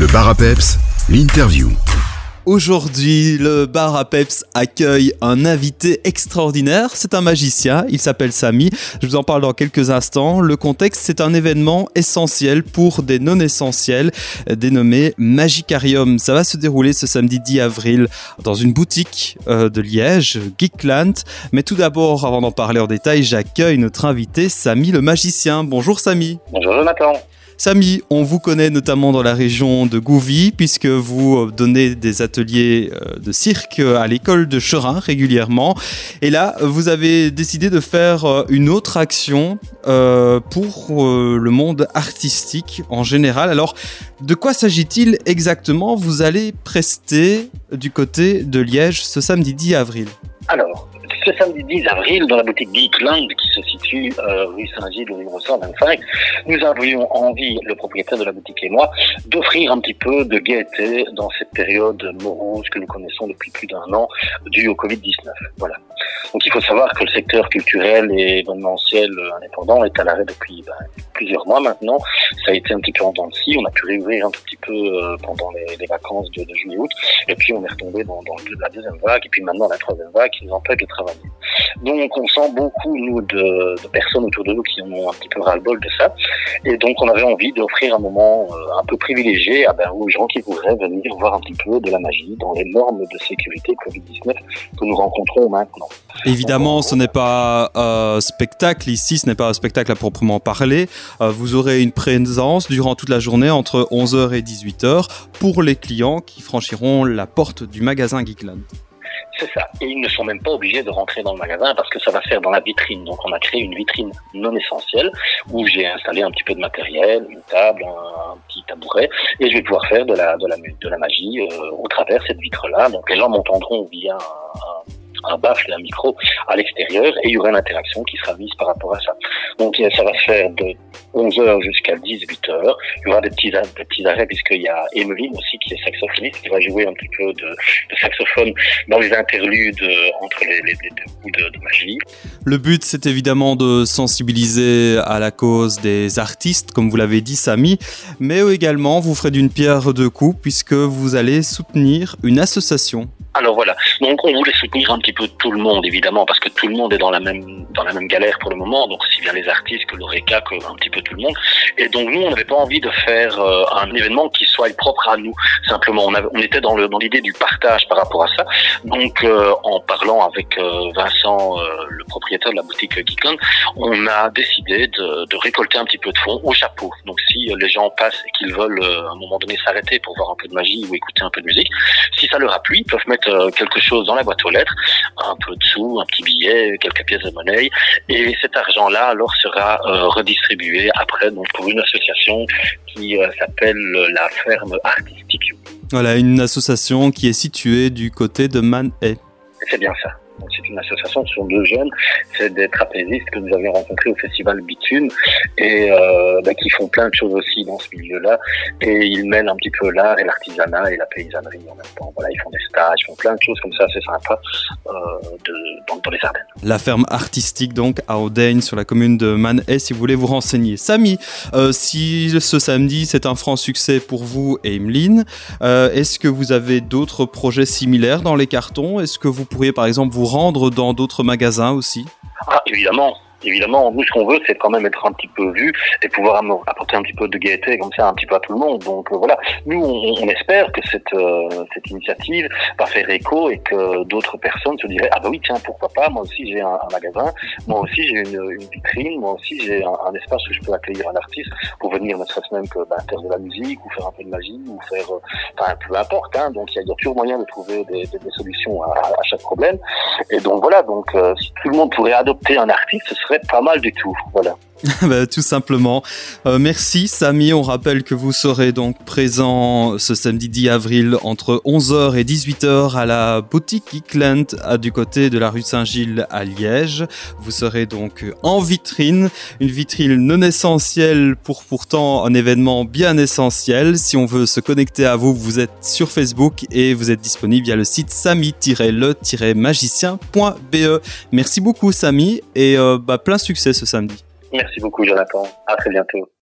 Le bar à peps, l'interview. Aujourd'hui, le bar à peps accueille un invité extraordinaire. C'est un magicien, il s'appelle Samy. Je vous en parle dans quelques instants. Le contexte, c'est un événement essentiel pour des non-essentiels, dénommé Magicarium. Ça va se dérouler ce samedi 10 avril dans une boutique de Liège, Geekland. Mais tout d'abord, avant d'en parler en détail, j'accueille notre invité Samy le magicien. Bonjour Samy. Bonjour Jonathan. Samy, on vous connaît notamment dans la région de Gouvy puisque vous donnez des ateliers de cirque à l'école de Cherin régulièrement. Et là, vous avez décidé de faire une autre action pour le monde artistique en général. Alors, de quoi s'agit-il exactement ? Vous allez prester du côté de Liège ce samedi 10 avril. Alors, ce samedi 10 avril, dans la boutique Geekland qui se situe rue Saint-Gilles au numéro 125, nous avions envie, le propriétaire de la boutique et moi, d'offrir un petit peu de gaieté dans cette période morose que nous connaissons depuis plus d'un an due au Covid-19. Voilà. Donc il faut savoir que le secteur culturel et événementiel indépendant est à l'arrêt depuis plusieurs mois maintenant. Ça a été un petit peu en dents de scie. On a pu réouvrir un tout petit peu pendant les vacances de juillet-août. Et puis on est retombé dans la deuxième vague et puis maintenant la troisième vague qui nous empêche de travailler. Donc on sent beaucoup, nous, de personnes autour de nous qui en ont un petit peu ras-le-bol de ça. Et donc on avait envie d'offrir un moment un peu privilégié aux gens qui voudraient venir voir un petit peu de la magie dans les normes de sécurité Covid-19 que nous rencontrons maintenant. Évidemment, ce n'est pas un spectacle ici, ce n'est pas un spectacle à proprement parler. Vous aurez une présence durant toute la journée entre 11h et 18h pour les clients qui franchiront la porte du magasin Geekland. C'est ça. Et ils ne sont même pas obligés de rentrer dans le magasin parce que ça va faire dans la vitrine. Donc on a créé une vitrine non essentielle où j'ai installé un petit peu de matériel, une table, un petit tabouret, et je vais pouvoir faire de la magie au travers cette vitre-là. Donc les gens m'entendront via un baffle et un micro à l'extérieur et il y aura une interaction qui sera mise par rapport à ça. Donc ça va se faire de 11h jusqu'à 18h. Il y aura des petits arrêts puisqu'il y a Emeline aussi qui est saxophoniste qui va jouer un petit peu de saxophone dans les interludes entre les deux coups de magie. Le but, c'est évidemment de sensibiliser à la cause des artistes, comme vous l'avez dit Samy, mais également vous ferez d'une pierre deux coups puisque vous allez soutenir une association. Alors voilà, donc on voulait soutenir un petit peu tout le monde évidemment parce que tout le monde est dans la même galère pour le moment, donc aussi bien les artistes que l'Oreca que un petit peu tout le monde. Et donc nous on n'avait pas envie de faire un événement qui soit propre à nous. Simplement on était dans l'idée du partage par rapport à ça. Donc en parlant avec Vincent, le propriétaire de la boutique Geekland, on a décidé de récolter un petit peu de fonds au chapeau. Donc si les gens passent et qu'ils veulent à un moment donné s'arrêter pour voir un peu de magie ou écouter un peu de musique, si ça leur appuie, ils peuvent mettre quelque chose dans la boîte aux lettres, un peu de sous, un petit billet, quelques pièces de monnaie, et cet argent-là alors sera redistribué après donc pour une association qui s'appelle la Ferme Artistique. Voilà, une association qui est située du côté de Manet. C'est bien ça. Donc, c'est une association, ce sont deux jeunes, c'est des trapézistes que nous avions rencontrés au festival Bitume et qui font plein de choses aussi dans ce milieu-là et ils mêlent un petit peu l'art et l'artisanat et la paysannerie en même temps. Voilà, ils font des stages, ils font plein de choses comme ça, c'est sympa dans les Ardennes. La ferme artistique donc à Audaigne sur la commune de Manet si vous voulez vous renseigner. Samy, si ce samedi c'est un franc succès pour vous et Emeline, est-ce que vous avez d'autres projets similaires dans les cartons ? Est-ce que vous pourriez par exemple vous rendre dans d'autres magasins aussi ? Ah, évidemment. Évidemment, nous, ce qu'on veut, c'est quand même être un petit peu vu et pouvoir apporter un petit peu de gaieté comme ça, un petit peu à tout le monde. Donc voilà, nous, on espère que cette initiative va faire écho et que d'autres personnes se diraient « Ah bah oui, tiens, pourquoi pas, moi aussi j'ai un magasin, moi aussi j'ai une vitrine, moi aussi j'ai un espace où je peux accueillir un artiste pour venir, ne serait-ce même que faire de la musique ou faire un peu de magie ou faire, peu importe. Hein. Donc il y a toujours moyen de trouver des solutions à chaque problème. Et donc voilà, si tout le monde pourrait adopter un artiste, ce serait pas mal du tout, voilà. Tout simplement. Merci Samy, on rappelle que vous serez donc présent ce samedi 10 avril entre 11h et 18h à la boutique Geekland du côté de la rue Saint-Gilles à Liège. Vous serez donc en vitrine, une vitrine non essentielle pour pourtant un événement bien essentiel. Si on veut se connecter à vous, vous êtes sur Facebook et vous êtes disponible via le site samy-le-magicien.be. Merci beaucoup Samy et plein succès ce samedi. Merci beaucoup Jonathan, à très bientôt.